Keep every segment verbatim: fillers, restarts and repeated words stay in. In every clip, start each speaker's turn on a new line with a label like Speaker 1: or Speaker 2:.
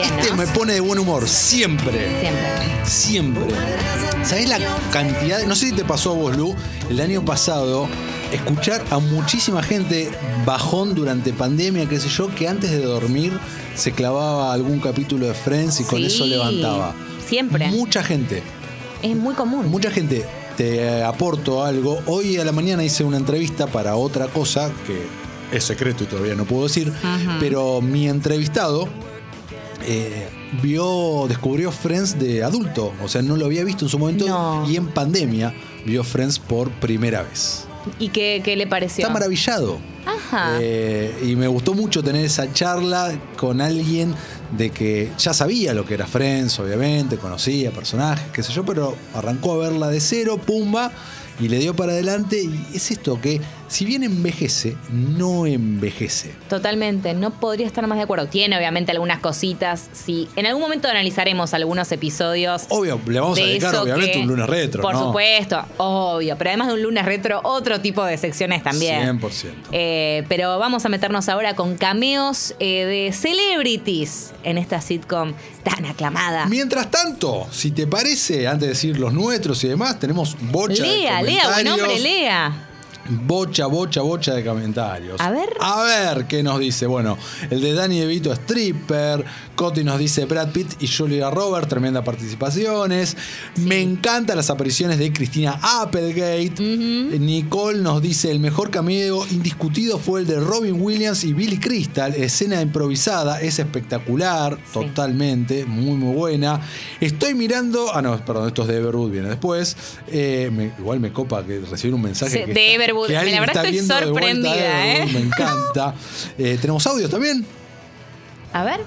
Speaker 1: Bien,
Speaker 2: Este
Speaker 1: ¿no?
Speaker 2: me pone de buen humor, siempre.
Speaker 1: Siempre.
Speaker 2: Siempre. ¿Sabés la cantidad? de- No sé si te pasó a vos, Lu, el año pasado, escuchar a muchísima gente bajón durante pandemia, qué sé yo, que antes de dormir se clavaba algún capítulo de Friends y con
Speaker 1: Sí,
Speaker 2: eso levantaba.
Speaker 1: siempre.
Speaker 2: Mucha gente.
Speaker 1: Es muy común.
Speaker 2: Mucha gente. Te aporto algo. Hoy a la mañana hice una entrevista para otra cosa que es secreto y todavía no puedo decir,
Speaker 1: Ujú.
Speaker 2: pero mi entrevistado eh, vio, descubrió Friends de adulto, o sea, no lo había visto en su momento
Speaker 1: No.
Speaker 2: y en pandemia vio Friends por primera vez.
Speaker 1: ¿Y qué, qué le pareció?
Speaker 2: Está maravillado.
Speaker 1: Ajá.
Speaker 2: Eh, y me gustó mucho tener esa charla con alguien de que ya sabía lo que era Friends, obviamente, conocía personajes, qué sé yo, pero arrancó a verla de cero, pumba, y le dio para adelante. Y es esto que, si bien envejece, no envejece.
Speaker 1: Totalmente, no podría estar más de acuerdo. Tiene obviamente algunas cositas. Sí, en algún momento analizaremos algunos episodios.
Speaker 2: Obvio, le vamos a
Speaker 1: de
Speaker 2: dedicar
Speaker 1: eso
Speaker 2: obviamente
Speaker 1: que-
Speaker 2: un lunes retro,
Speaker 1: Por
Speaker 2: ¿no?
Speaker 1: supuesto, obvio. Pero además de un lunes retro, otro tipo de secciones también.
Speaker 2: cien por ciento.
Speaker 1: Eh, pero vamos a meternos ahora con cameos eh, de celebrities en esta sitcom tan aclamada.
Speaker 2: Mientras tanto, si te parece, antes de decir los nuestros y demás, tenemos bocha de
Speaker 1: Lea, Lea, buen
Speaker 2: comentarios.
Speaker 1: hombre, Lea.
Speaker 2: Bocha, bocha, bocha de comentarios.
Speaker 1: A ver.
Speaker 2: A ver qué nos dice. Bueno, el de Danny DeVito, stripper. Coti nos dice Brad Pitt y Julia Roberts, tremendas participaciones. Me encantan las apariciones de Christina Applegate. Nicole nos dice el mejor cameo indiscutido fue el de Robin Williams y Billy Crystal. Escena improvisada, es espectacular, totalmente, muy muy buena. Estoy mirando, ah no, perdón, esto es de Everwood, viene después. Eh, me- igual me copa que recibir un mensaje
Speaker 1: Sí,
Speaker 2: que
Speaker 1: de
Speaker 2: está-
Speaker 1: Everwood.
Speaker 2: que alguien
Speaker 1: La verdad
Speaker 2: está
Speaker 1: estoy
Speaker 2: viendo de vuelta
Speaker 1: sorprendida,
Speaker 2: Everwood,
Speaker 1: ¿eh?
Speaker 2: Me encanta. Eh, ¿Tenemos audios también?
Speaker 1: A ver.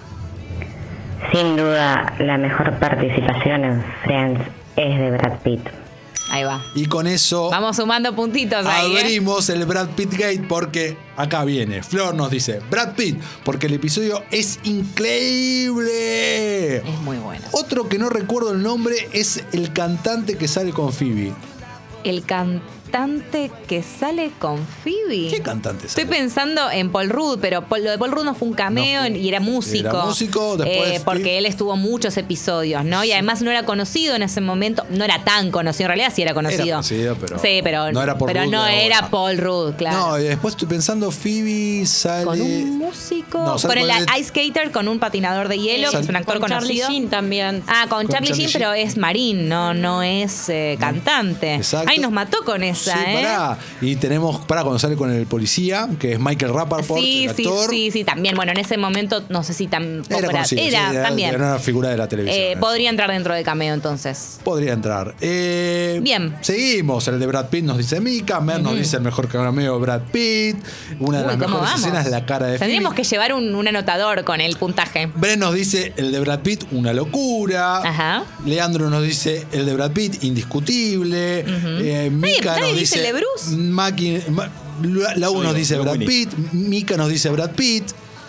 Speaker 3: Sin duda, la mejor participación en Friends es de Brad Pitt.
Speaker 1: Ahí va.
Speaker 2: Y con eso
Speaker 1: Vamos sumando puntitos ahí. ¿eh?
Speaker 2: abrimos el Brad Pitt Gate porque acá viene. Flor nos dice Brad Pitt porque el episodio es increíble.
Speaker 1: Es muy bueno.
Speaker 2: Otro que no recuerdo el nombre es el cantante que sale con Phoebe.
Speaker 1: El cantante que sale con Phoebe.
Speaker 2: ¿Qué cantante
Speaker 1: Estoy
Speaker 2: sale?
Speaker 1: pensando en Paul Rudd, pero Paul- lo de Paul Rudd no fue un cameo
Speaker 2: No fue-
Speaker 1: y era músico.
Speaker 2: era músico, después
Speaker 1: eh, porque
Speaker 2: Phoebe-
Speaker 1: él estuvo muchos episodios, ¿no? Y además no era conocido en ese momento. No era tan conocido, en realidad sí era conocido.
Speaker 2: Era conocido, pero
Speaker 1: Sí, pero
Speaker 2: no era Paul
Speaker 1: pero
Speaker 2: Rudd
Speaker 1: no
Speaker 2: de
Speaker 1: era
Speaker 2: ahora.
Speaker 1: Paul Rudd, claro.
Speaker 2: No, y después estoy pensando Phoebe sale
Speaker 1: Con un músico.
Speaker 2: No, sale
Speaker 1: con el
Speaker 2: con el-
Speaker 1: ice skater, con un patinador de hielo, que
Speaker 2: Sal-
Speaker 1: es un actor
Speaker 4: Con Charlie
Speaker 1: conocido.
Speaker 4: Sheen también.
Speaker 1: Ah, con,
Speaker 2: Con
Speaker 1: Charlie
Speaker 2: Charlie
Speaker 1: Sheen,
Speaker 2: Sheen.
Speaker 1: pero es marín, no, no es eh, cantante.
Speaker 2: Exacto.
Speaker 1: Ay, nos mató con esa,
Speaker 2: Sí,
Speaker 1: ¿eh?
Speaker 2: pará. Y tenemos, para cuando sale con el policía, que es Michael Rappaport,
Speaker 1: Sí,
Speaker 2: el
Speaker 1: sí,
Speaker 2: actor.
Speaker 1: sí, sí, también. Bueno, en ese momento no sé si tampoco
Speaker 2: Era
Speaker 1: era.
Speaker 2: conocido,
Speaker 1: Era,
Speaker 2: sí,
Speaker 1: también.
Speaker 2: Era una figura de la televisión.
Speaker 1: Eh,
Speaker 2: eso.
Speaker 1: podría entrar dentro de cameo entonces.
Speaker 2: Podría entrar. Eh,
Speaker 1: Bien.
Speaker 2: Seguimos. El de Brad Pitt nos dice Mika. Mer nos dice el mejor cameo Brad Pitt. Una de
Speaker 1: Uy,
Speaker 2: las
Speaker 1: ¿cómo
Speaker 2: mejores
Speaker 1: vamos?
Speaker 2: escenas de la cara de
Speaker 1: Tendríamos
Speaker 2: Phoebe.
Speaker 1: que llevar un, un anotador con el puntaje.
Speaker 2: Bren nos dice el de Brad Pitt, una locura.
Speaker 1: Ajá.
Speaker 2: Leandro nos dice el de Brad Pitt, indiscutible. Eh, Mika
Speaker 1: nadie
Speaker 2: nos
Speaker 1: dice
Speaker 2: dice.
Speaker 1: el de Bruce.
Speaker 2: Maki- Ma- La U
Speaker 5: Soy
Speaker 2: nos
Speaker 5: yo,
Speaker 2: dice
Speaker 5: soy
Speaker 2: Brad
Speaker 5: Winnie.
Speaker 2: Pitt. Mika nos dice Brad Pitt.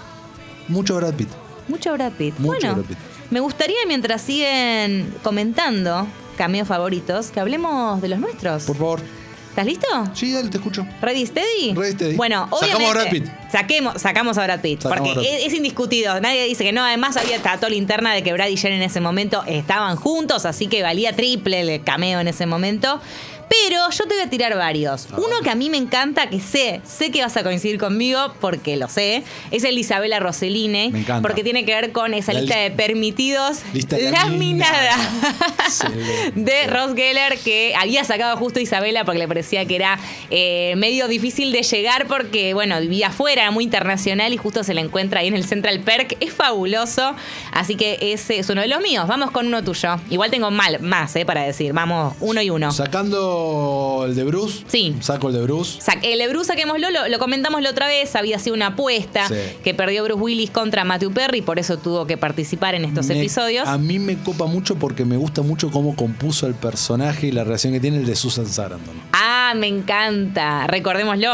Speaker 2: Mucho Brad Pitt.
Speaker 1: Mucho Brad Pitt.
Speaker 2: Mucho
Speaker 1: bueno,
Speaker 2: Brad Pitt.
Speaker 1: me gustaría mientras siguen comentando cameos favoritos, que hablemos de los nuestros.
Speaker 2: Por favor.
Speaker 1: ¿Estás listo?
Speaker 2: Sí, dale, te escucho.
Speaker 1: ¿Ready steady?
Speaker 2: Ready, steady.
Speaker 1: Bueno,
Speaker 2: Sacamos
Speaker 1: obviamente.
Speaker 2: a Brad Pitt.
Speaker 1: Saquemos, sacamos a Brad Pitt.
Speaker 2: Sacamos
Speaker 1: porque
Speaker 2: a Brad Pitt.
Speaker 1: Es, es indiscutido. Nadie dice que no. Además, había toda la interna de que Brad y Jen en ese momento estaban juntos, así que valía triple el cameo en ese momento. Pero yo te voy a tirar varios. Uno que a mí me encanta, que sé, sé que vas a coincidir conmigo, porque lo sé, es el de Isabela Rossellini.
Speaker 2: Me encanta.
Speaker 1: Porque tiene que ver con esa
Speaker 2: La
Speaker 1: lista
Speaker 2: li-
Speaker 1: de permitidos
Speaker 2: Lista
Speaker 1: laminada
Speaker 2: Excelente.
Speaker 1: de Ross Geller, que había sacado justo a Isabela porque le parecía que era eh, medio difícil de llegar porque, bueno, vivía afuera, era muy internacional y justo se la encuentra ahí en el Central Perk. Es fabuloso. Así que ese es uno de los míos. Vamos con uno tuyo. Igual tengo mal, más, eh, para decir. Vamos, uno y uno.
Speaker 2: Sacando el de Bruce.
Speaker 1: Sí.
Speaker 2: Saco el de Bruce.
Speaker 1: Sa- El de Bruce, saquémoslo, lo, lo comentamos la otra vez, había sido una apuesta
Speaker 2: Sí.
Speaker 1: que perdió Bruce Willis contra Matthew Perry, por eso tuvo que participar en estos
Speaker 2: Me-
Speaker 1: episodios.
Speaker 2: A mí me copa mucho porque me gusta mucho cómo compuso el personaje y la relación que tiene el de Susan Sarandon.
Speaker 1: Ah, me encanta, recordémoslo.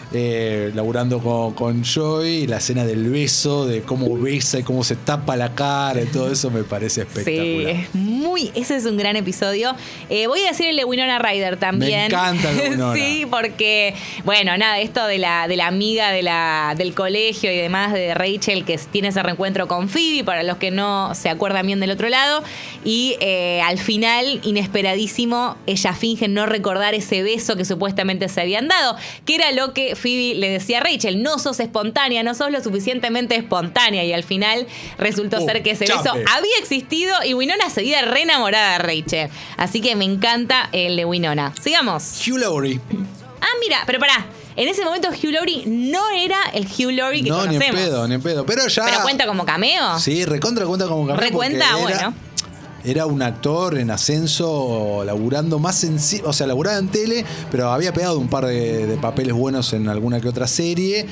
Speaker 2: eh, laburando con, con Joey, la escena del beso, de cómo besa y cómo se tapa la cara y todo eso me parece espectacular.
Speaker 1: Sí, es muy, ese es un gran episodio. Eh, voy a decir el de Winona Ryder también.
Speaker 2: Me encanta el de Winona.
Speaker 1: Sí, porque, bueno, nada, esto de la, de la amiga de la, del colegio y demás de Rachel, que tiene ese reencuentro con Phoebe, para los que no se acuerdan bien del otro lado, y eh, al final, inesperadísimo, ella finge no recordar ese beso que supuestamente se habían dado, que era lo que Phoebe le decía a Rachel: no sos espontánea, no sos lo suficientemente espontánea, y al final resultó
Speaker 2: Uh,
Speaker 1: ser que ese
Speaker 2: chape.
Speaker 1: beso había existido y Winona seguía re enamorada de Rachel. Así que me encanta el de Winona. Sigamos.
Speaker 2: Hugh Laurie.
Speaker 1: Ah, mira, pero pará. En ese momento Hugh Laurie no era el Hugh Laurie que
Speaker 2: No, ni
Speaker 1: conocemos.
Speaker 2: en pedo, ni en pedo. Pero ya.
Speaker 1: ¿Pero cuenta como cameo?
Speaker 2: Sí, recontra cuenta como cameo.
Speaker 1: Recuenta,
Speaker 2: porque era-
Speaker 1: bueno.
Speaker 2: Era un actor en ascenso, laburando más en sí, o sea, laburaba en tele, pero había pegado un par de, de papeles buenos en alguna que otra serie.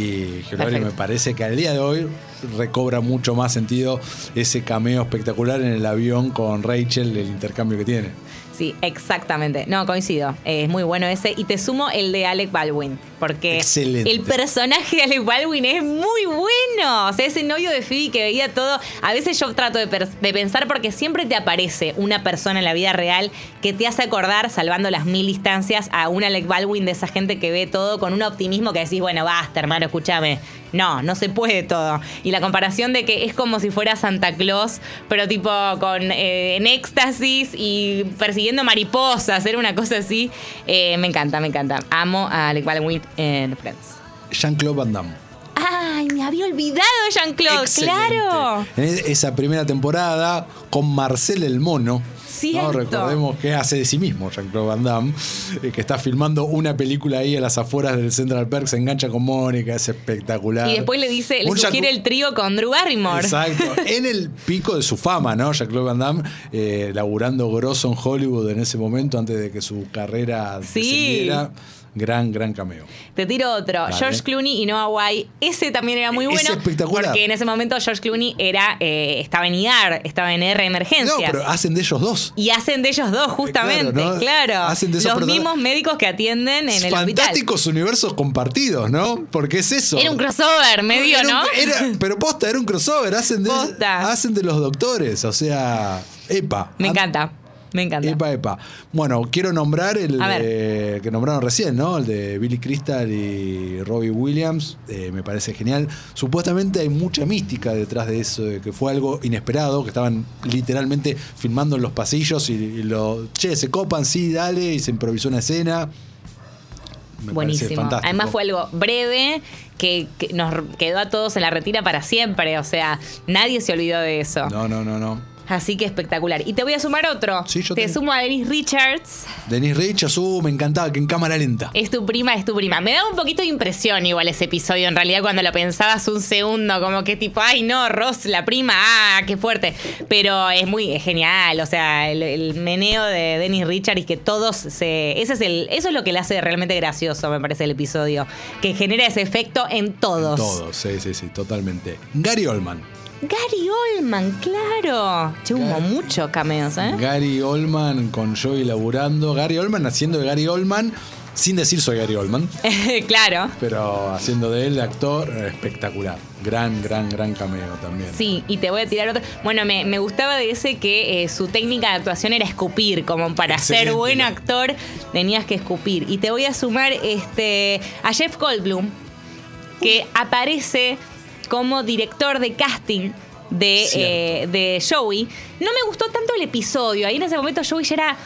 Speaker 2: Y Hugh Laurie
Speaker 1: Perfecto.
Speaker 2: me parece que al día de hoy recobra mucho más sentido ese cameo espectacular en el avión con Rachel, el intercambio que tiene.
Speaker 1: Sí, exactamente. No, coincido. Es muy bueno ese. Y te sumo el de Alec Baldwin. Porque
Speaker 2: Excelente.
Speaker 1: el personaje de Alec Baldwin es muy bueno. O sea, ese novio de Phoebe que veía todo. A veces yo trato de, per- de pensar, porque siempre te aparece una persona en la vida real que te hace acordar, salvando las mil distancias, a un Alec Baldwin de esa gente que ve todo con un optimismo que decís: bueno, basta, hermano, escúchame. No, no se puede todo. Y la comparación de que es como si fuera Santa Claus, pero tipo con eh, en éxtasis y persiguiendo mariposas, era una cosa así. Eh, me encanta, me encanta. Amo a Alec Baldwin en Friends.
Speaker 2: Jean-Claude Van Damme.
Speaker 1: ¡Ay, me había olvidado de Jean-Claude!
Speaker 2: Excelente.
Speaker 1: ¡Claro!
Speaker 2: En esa primera temporada con Marcel el Mono.
Speaker 1: Cierto.
Speaker 2: ¿No? Recordemos que hace de sí mismo Jean-Claude Van Damme, eh, que está filmando una película ahí a las afueras del Central Perk, se engancha con Mónica, es espectacular.
Speaker 1: Y después le dice, le
Speaker 2: Un
Speaker 1: sugiere
Speaker 2: Jean-
Speaker 1: el trío con Drew Barrymore.
Speaker 2: Exacto, en el pico de su fama, ¿no? Jean-Claude Van Damme, eh, laburando grosso en Hollywood en ese momento, antes de que su carrera
Speaker 1: Sí.
Speaker 2: descendiera. Gran, gran cameo.
Speaker 1: Te tiro otro.
Speaker 2: Dale.
Speaker 1: George Clooney y Noah Wyle. Ese también era muy
Speaker 2: Es
Speaker 1: bueno.
Speaker 2: espectacular.
Speaker 1: Porque en ese momento George Clooney era, eh, estaba en I A R, estaba en R Emergencias.
Speaker 2: No, pero hacen de ellos dos.
Speaker 1: Y hacen de ellos dos, justamente,
Speaker 2: Claro,
Speaker 1: claro.
Speaker 2: ¿no? Hacen de esos
Speaker 1: Los
Speaker 2: persona-
Speaker 1: mismos médicos que atienden en el
Speaker 2: Fantásticos universos compartidos, ¿no? Porque es eso.
Speaker 1: hospital. Era un crossover medio,
Speaker 2: Era un-
Speaker 1: ¿no?
Speaker 2: era- pero posta, era un crossover. Hacen de,
Speaker 1: Posta.
Speaker 2: hacen de los doctores. O sea, epa.
Speaker 1: Me
Speaker 2: An-
Speaker 1: encanta, me encanta.
Speaker 2: Epa, epa. Bueno, quiero nombrar el
Speaker 1: A ver.
Speaker 2: de- que nombraron recién, ¿no? El de Billy Crystal y Robbie Williams. Eh, me parece genial. Supuestamente hay mucha mística detrás de eso, de que fue algo inesperado, que estaban literalmente filmando en los pasillos y, y lo. Che, se copan, sí, dale, y se improvisó una escena. Me parece
Speaker 1: Buenísimo.
Speaker 2: fantástico.
Speaker 1: Además fue algo breve que, que nos quedó a todos en la retira para siempre. O sea, nadie se olvidó de eso.
Speaker 2: No, no, no, no.
Speaker 1: Así que espectacular. Y te voy a sumar otro.
Speaker 2: Sí, yo
Speaker 1: te
Speaker 2: tengo.
Speaker 1: sumo a Denise Richards.
Speaker 2: Denise Richards, uh, me encantaba, que en cámara lenta.
Speaker 1: Es tu prima, es tu prima. Me daba un poquito de impresión igual ese episodio, en realidad, cuando lo pensabas un segundo, como que tipo, ay no, Ross, la prima, ah, qué fuerte. Pero es muy es genial, o sea, el, el meneo de Dennis Richards y que todos se... Ese es el, eso es lo que le hace realmente gracioso, me parece, el episodio. Que genera ese efecto en todos.
Speaker 2: Todos, sí, sí, sí, totalmente. Gary Oldman.
Speaker 1: Gary Oldman, claro. Che, hubo
Speaker 2: Gary-
Speaker 1: muchos cameos, ¿eh?
Speaker 2: Gary Oldman con Joey laburando. Gary Oldman haciendo de Gary Oldman, sin decir soy Gary Oldman,
Speaker 1: Claro.
Speaker 2: pero haciendo de él de actor, eh, espectacular. Gran, gran, gran cameo también.
Speaker 1: Sí, y te voy a tirar otro. Bueno, me, me gustaba de ese que eh, su técnica de actuación era escupir, como para
Speaker 2: Excelente.
Speaker 1: ser buen actor tenías que escupir. Y te voy a sumar este a Jeff Goldblum, que aparece como director de casting de, eh, de Joey. No me gustó tanto el episodio. Ahí en ese momento Joey ya era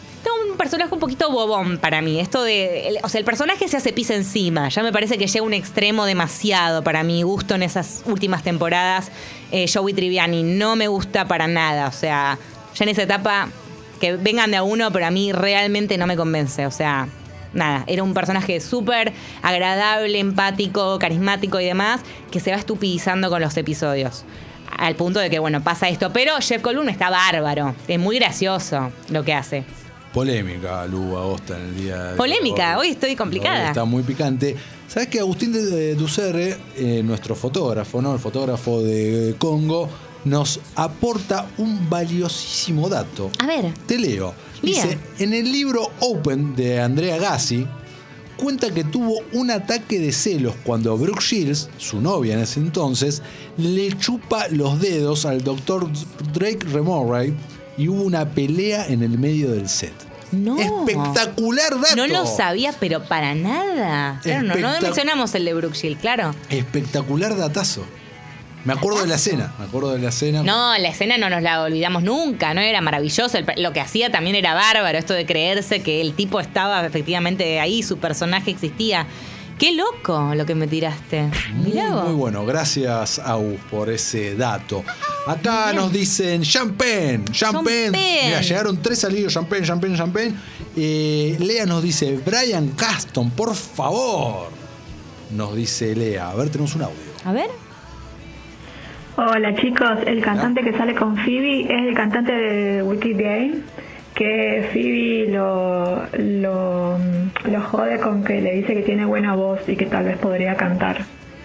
Speaker 1: un personaje un poquito bobón para mí. Esto de. El, o sea, el personaje se hace pis encima. Ya me parece que llega a un extremo demasiado para mi gusto en esas últimas temporadas. Eh, Joey Tribbiani no me gusta para nada. O sea, ya en esa etapa que vengan de a uno, pero a mí realmente no me convence. O sea, nada. Era un personaje súper agradable, empático, carismático y demás, que se va estupidizando con los episodios. Al punto de que, bueno, pasa esto. Pero Jeff Goldblum está bárbaro. Es muy gracioso lo que hace.
Speaker 2: Polémica, Lu Agosta, en el día de
Speaker 1: Polémica, hoy estoy complicada.
Speaker 2: Hoy está muy picante. ¿Sabes que Agustín de, de Ducerre, eh, nuestro fotógrafo, ¿no? El fotógrafo de Congo, nos aporta un valiosísimo dato?
Speaker 1: A ver.
Speaker 2: Te leo.
Speaker 1: Lea.
Speaker 2: Dice, en el libro Open de Andrea Gassi, cuenta que tuvo un ataque de celos cuando Brooke Shields, su novia en ese entonces, le chupa los dedos al doctor Drake Remorray y hubo una pelea en el medio del set.
Speaker 1: No.
Speaker 2: Espectacular dato.
Speaker 1: No lo sabía, pero para nada. Claro, no, no
Speaker 2: Espectac-
Speaker 1: mencionamos el de Brooke Shields, claro.
Speaker 2: Espectacular datazo. Me acuerdo de la escena, me acuerdo de la escena.
Speaker 1: No, la escena no nos la olvidamos nunca, ¿no? Era maravilloso. El- lo que hacía también era bárbaro, esto de creerse que el tipo estaba efectivamente ahí, su personaje existía. Qué loco lo que me tiraste.
Speaker 2: Muy,
Speaker 1: Mirá vos.
Speaker 2: muy bueno, gracias Agus por ese dato. Acá nos dicen champagne, champagne.
Speaker 1: Champagne.
Speaker 2: Mira, llegaron tres salidos, champagne, champagne, champagne. Eh, Lea nos dice, Brian Caston, por favor. Nos dice Lea. A ver, tenemos un audio.
Speaker 1: A ver.
Speaker 4: Hola chicos, el cantante que sale con Phoebe es el cantante de Wicked Game, que Phoebe lo, lo, lo jode con que le dice que tiene buena voz y que tal vez podría cantar.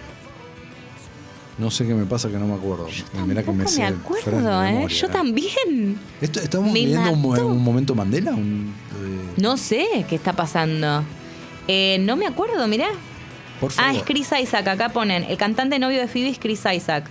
Speaker 2: No sé qué me pasa que no me acuerdo. Mirá que
Speaker 1: Tampoco me
Speaker 2: sé
Speaker 1: acuerdo,
Speaker 2: frases de
Speaker 1: ¿eh?
Speaker 2: memoria.
Speaker 1: Yo también.
Speaker 2: Esto- ¿Estamos
Speaker 1: Me
Speaker 2: viviendo un, mo-
Speaker 1: mató.
Speaker 2: un momento Mandela? Un, eh,
Speaker 1: No sé qué está pasando. Eh, no me acuerdo, mirá.
Speaker 2: por favor.
Speaker 1: Ah, es Chris Isaac. Acá ponen. El cantante novio de Phoebe es Chris Isaac.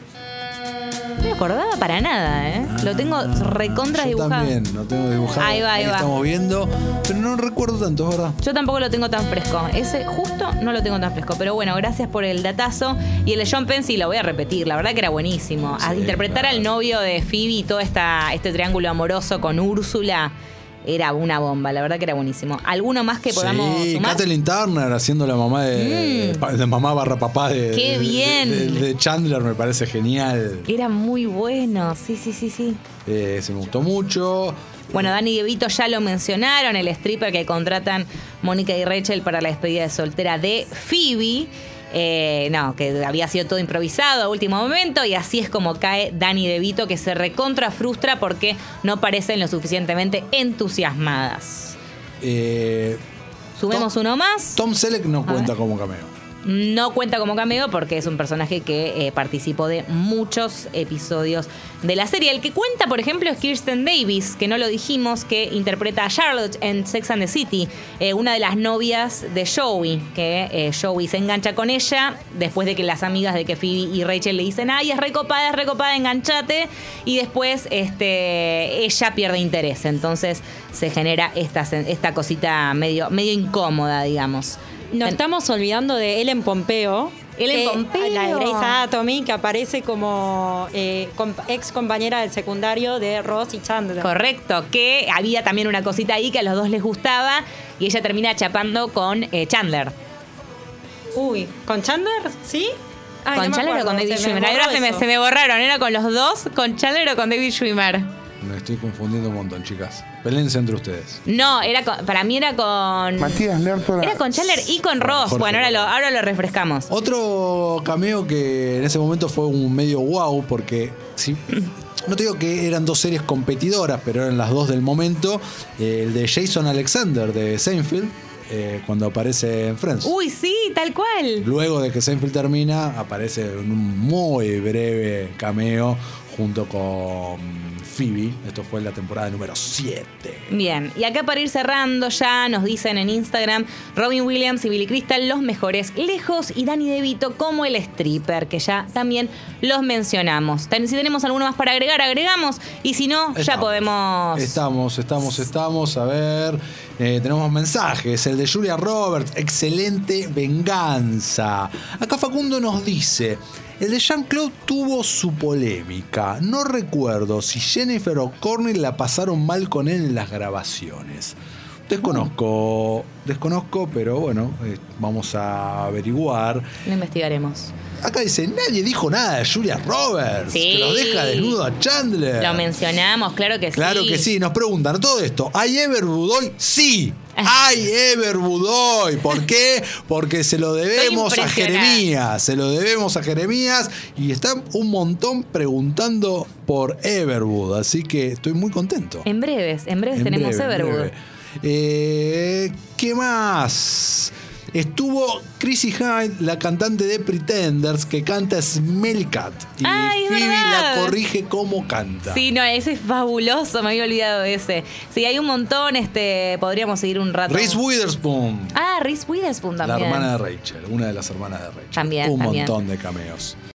Speaker 1: No me acordaba para nada, ¿eh? Lo tengo recontra
Speaker 2: Yo
Speaker 1: dibujado.
Speaker 2: también, lo tengo dibujado.
Speaker 1: Ahí va, ahí va.
Speaker 2: Estamos viendo, pero no recuerdo tanto, es verdad.
Speaker 1: Yo tampoco lo tengo tan fresco. Ese justo no lo tengo tan fresco. Pero bueno, gracias por el datazo. Y el de John Penn sí lo voy a repetir. La verdad que era buenísimo. A
Speaker 2: Sí,
Speaker 1: interpretar
Speaker 2: claro.
Speaker 1: al novio de Phoebe y todo esta, este triángulo amoroso con Úrsula era una bomba. La verdad que era buenísimo. ¿Alguno más que podamos
Speaker 2: Sí,
Speaker 1: sumar?
Speaker 2: Kathleen Turner haciendo la mamá de,
Speaker 1: Mm.
Speaker 2: de mamá barra papá de,
Speaker 1: Qué
Speaker 2: de-
Speaker 1: bien.
Speaker 2: de, de Chandler, me parece genial.
Speaker 1: Era muy bueno. Sí, sí, sí, sí.
Speaker 2: Eh, se me gustó mucho.
Speaker 1: Bueno, Dani y Evito ya lo mencionaron, el stripper que contratan Mónica y Rachel para la despedida de soltera de Phoebe. Eh, no, que había sido todo improvisado a último momento y así es como cae Dani DeVito, que se recontra frustra porque no parecen lo suficientemente entusiasmadas.
Speaker 2: Eh,
Speaker 1: Sumemos
Speaker 2: Tom-
Speaker 1: uno más.
Speaker 2: Tom Selleck no
Speaker 1: A
Speaker 2: cuenta
Speaker 1: ver.
Speaker 2: como cameo.
Speaker 1: No cuenta como cameo porque es un personaje que eh, participó de muchos episodios de la serie. El que cuenta, por ejemplo, es Kirsten Davis, que no lo dijimos, que interpreta a Charlotte en Sex and the City, eh, una de las novias de Joey, que eh, Joey se engancha con ella después de que las amigas de que Phoebe y Rachel le dicen, ay, es recopada, es recopada, enganchate, y después este, ella pierde interés. Entonces se genera esta, esta cosita medio, medio incómoda, digamos.
Speaker 5: Nos estamos olvidando de Ellen Pompeo.
Speaker 1: Ellen
Speaker 5: que-
Speaker 1: Pompeo.
Speaker 5: La de Grey's Anatomy, que aparece como eh, com- ex compañera del secundario de Ross y Chandler.
Speaker 1: Correcto, que había también una cosita ahí que a los dos les gustaba y ella termina chapando con eh, Chandler.
Speaker 5: Uy, ¿con Chandler? ¿Sí? Ay,
Speaker 1: ¿Con
Speaker 5: no me
Speaker 1: Chandler o
Speaker 5: acuerdo,
Speaker 1: con David
Speaker 5: se me
Speaker 1: Schwimmer? Ahora
Speaker 5: borró
Speaker 1: se me,
Speaker 5: eso.
Speaker 1: se me borraron, ¿era con los dos? ¿Con Chandler o con David Schwimmer?
Speaker 2: Me estoy confundiendo un montón, chicas. Pelense entre ustedes.
Speaker 1: No, era con- para mí era con...
Speaker 6: Matías Lertora.
Speaker 1: Era con Chandler y con Ross.
Speaker 2: Jorge,
Speaker 1: bueno, ahora lo,
Speaker 2: perdón.
Speaker 1: ahora lo refrescamos.
Speaker 2: Otro cameo que en ese momento fue un medio wow, porque si, no te digo que eran dos series competidoras, pero eran las dos del momento. Eh, el de Jason Alexander de Seinfeld, eh, cuando aparece en Friends.
Speaker 1: Uy, sí, tal cual.
Speaker 2: Luego de que Seinfeld termina, aparece en un muy breve cameo junto con Phoebe. Esto fue en la temporada número siete.
Speaker 1: Bien, y acá para ir cerrando ya nos dicen en Instagram Robin Williams y Billy Crystal los mejores lejos y Danny DeVito como el stripper, que ya también los mencionamos. Ten- Si tenemos alguno más para agregar, agregamos, y si no, ya
Speaker 2: Estamos.
Speaker 1: podemos...
Speaker 2: Estamos, estamos, estamos. A ver, eh, tenemos mensajes. El de Julia Roberts, excelente venganza. Acá Facundo nos dice: el de Jean-Claude tuvo su polémica. No recuerdo si Jennifer o Courtney la pasaron mal con él en las grabaciones. Desconozco, desconozco, pero bueno, eh, vamos a averiguar.
Speaker 1: Lo investigaremos.
Speaker 2: Acá dice, nadie dijo nada de Julia Roberts,
Speaker 1: Sí.
Speaker 2: que lo deja desnudo a Chandler.
Speaker 1: Lo mencionamos, claro que sí.
Speaker 2: Claro que sí, nos preguntan todo esto. ¿Hay Everwood hoy? Sí. Hay Everwood hoy. ¿Por qué? Porque se lo debemos a
Speaker 1: impresionada.
Speaker 2: Jeremías. Se lo debemos a Jeremías. Y están un montón preguntando por Everwood. Así que estoy muy contento.
Speaker 1: En breves, en breves
Speaker 2: En
Speaker 1: tenemos
Speaker 2: breve, en
Speaker 1: Everwood.
Speaker 2: breve. Eh, ¿Qué más? Estuvo Chrissy Hynde, la cantante de Pretenders, que canta Smelly Cat. Y
Speaker 1: Ay, es
Speaker 2: Phoebe
Speaker 1: verdad.
Speaker 2: la corrige cómo canta.
Speaker 1: Sí, no, ese es fabuloso, me había olvidado de ese. Sí, hay un montón, este, podríamos seguir un rato.
Speaker 2: Reese Witherspoon.
Speaker 1: Ah, Reese Witherspoon
Speaker 2: La
Speaker 1: también.
Speaker 2: hermana de Rachel, una de las hermanas de Rachel.
Speaker 1: También,
Speaker 2: Un
Speaker 1: también.
Speaker 2: montón de cameos.